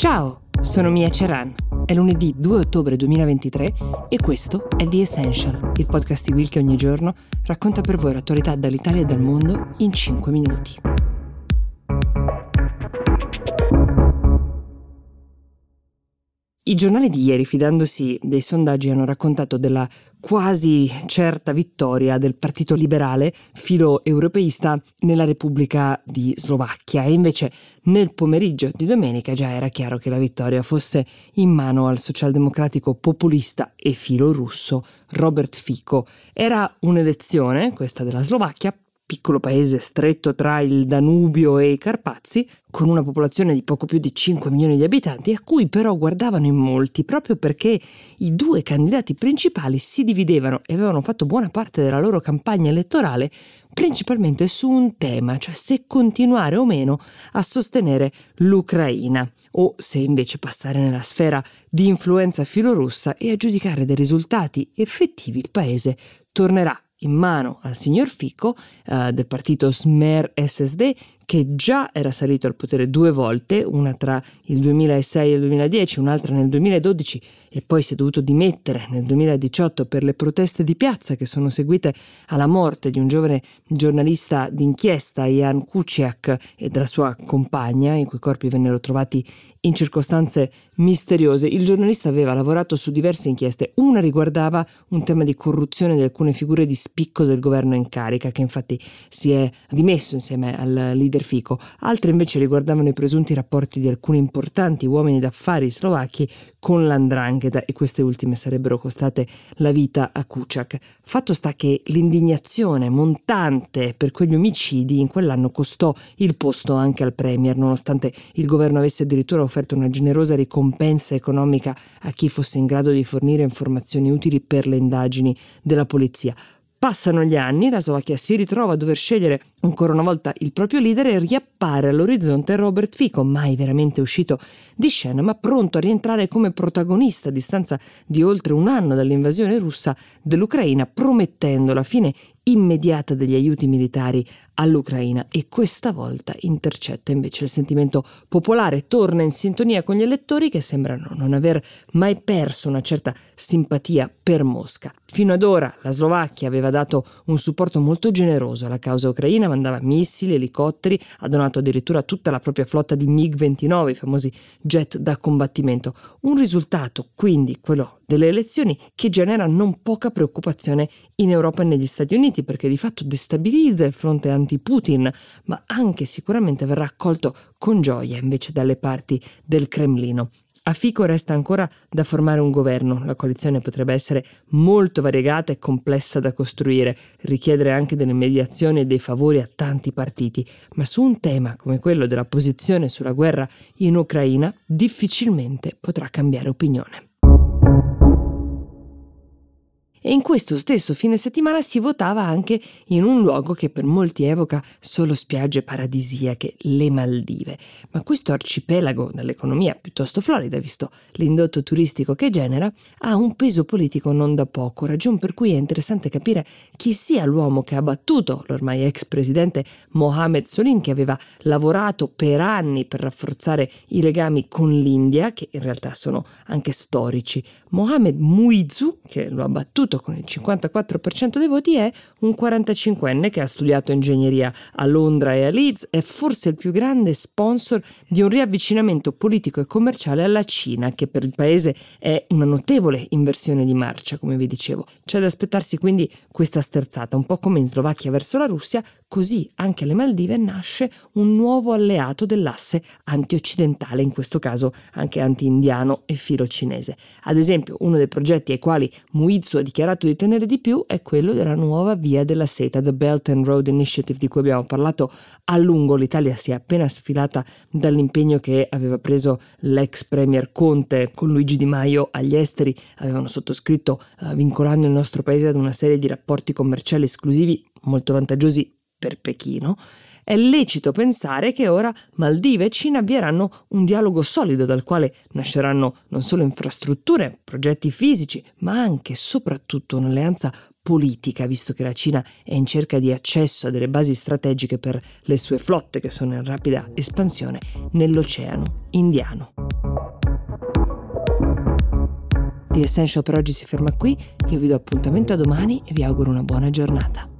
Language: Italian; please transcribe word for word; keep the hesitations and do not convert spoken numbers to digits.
Ciao, sono Mia Ceran. È lunedì due ottobre duemilaventitré e questo è The Essential, il podcast di Will che ogni giorno racconta per voi l'attualità dall'Italia e dal mondo in cinque minuti. I giornali di ieri, fidandosi dei sondaggi, hanno raccontato della quasi certa vittoria del partito liberale filo-europeista nella Repubblica di Slovacchia, e invece nel pomeriggio di domenica già era chiaro che la vittoria fosse in mano al socialdemocratico populista e filo-russo Robert Fico. Era un'elezione, questa della Slovacchia, piccolo paese stretto tra il Danubio e i Carpazi, con una popolazione di poco più di cinque milioni di abitanti, a cui però guardavano in molti, proprio perché i due candidati principali si dividevano e avevano fatto buona parte della loro campagna elettorale principalmente su un tema, cioè se continuare o meno a sostenere l'Ucraina, o se invece passare nella sfera di influenza filorussa e a giudicare dei risultati effettivi il paese tornerà in mano al signor Fico eh, del partito Smer S S D, che già era salito al potere due volte, una tra il duemilasei e il duemiladieci, un'altra nel duemiladodici, e poi si è dovuto dimettere nel duemiladiciotto per le proteste di piazza che sono seguite alla morte di un giovane giornalista d'inchiesta, Jan Kuciak, e della sua compagna, i cui corpi vennero trovati in circostanze misteriose. Il giornalista aveva lavorato su diverse inchieste. Una riguardava un tema di corruzione di alcune figure di spicco del governo in carica, che infatti si è dimesso insieme al leader Fico. Altre invece riguardavano i presunti rapporti di alcuni importanti uomini d'affari slovacchi con l'Andrangheta, e queste ultime sarebbero costate la vita a Kuciak. Fatto sta che l'indignazione montante per quegli omicidi in quell'anno costò il posto anche al premier, nonostante il governo avesse addirittura offerto una generosa ricompensa economica a chi fosse in grado di fornire informazioni utili per le indagini della polizia. Passano gli anni, la Slovacchia si ritrova a dover scegliere ancora una volta il proprio leader e riappare all'orizzonte Robert Fico, mai veramente uscito di scena, ma pronto a rientrare come protagonista a distanza di oltre un anno dall'invasione russa dell'Ucraina, promettendo la fine immediata degli aiuti militari all'Ucraina, e questa volta intercetta invece il sentimento popolare, torna in sintonia con gli elettori che sembrano non aver mai perso una certa simpatia per Mosca. Fino ad ora la Slovacchia aveva dato un supporto molto generoso alla causa ucraina, mandava missili, elicotteri, ha donato addirittura tutta la propria flotta di MiG ventinove, i famosi jet da combattimento. Un risultato, quindi, quello delle elezioni, che genera non poca preoccupazione in Europa e negli Stati Uniti, perché di fatto destabilizza il fronte anti-Putin, ma anche sicuramente verrà accolto con gioia invece dalle parti del Cremlino. A Fico resta ancora da formare un governo. La coalizione potrebbe essere molto variegata e complessa da costruire, richiedere anche delle mediazioni e dei favori a tanti partiti, ma su un tema come quello della posizione sulla guerra in Ucraina difficilmente potrà cambiare opinione. E in questo stesso fine settimana si votava anche in un luogo che per molti evoca solo spiagge paradisiache, le Maldive. Ma questo arcipelago, dall'economia piuttosto florida, visto l'indotto turistico che genera, ha un peso politico non da poco, ragion per cui è interessante capire chi sia l'uomo che ha battuto l'ormai ex presidente Mohamed Solihin, che aveva lavorato per anni per rafforzare i legami con l'India, che in realtà sono anche storici. Mohamed Muizzu, che lo ha battuto con il cinquantaquattro per cento dei voti, è un quarantacinquenne che ha studiato ingegneria a Londra e a Leeds, è forse il più grande sponsor di un riavvicinamento politico e commerciale alla Cina, che per il paese è una notevole inversione di marcia, come vi dicevo. C'è da aspettarsi quindi questa sterzata, un po' come in Slovacchia verso la Russia, così anche alle Maldive nasce un nuovo alleato dell'asse anti-occidentale, in questo caso anche anti-indiano e filo-cinese. Ad esempio, uno dei progetti ai quali Muizzu ha dichiarato di tenere di più è quello della nuova via della seta, The Belt and Road Initiative, di cui abbiamo parlato a lungo. L'Italia si è appena sfilata dall'impegno che aveva preso l'ex premier Conte con Luigi Di Maio agli esteri. Avevano sottoscritto uh, vincolando il nostro paese ad una serie di rapporti commerciali esclusivi molto vantaggiosi per Pechino. È lecito pensare che ora Maldive e Cina avvieranno un dialogo solido dal quale nasceranno non solo infrastrutture, progetti fisici, ma anche e soprattutto un'alleanza politica, visto che la Cina è in cerca di accesso a delle basi strategiche per le sue flotte che sono in rapida espansione nell'Oceano Indiano. The Essential per oggi si ferma qui, io vi do appuntamento a domani e vi auguro una buona giornata.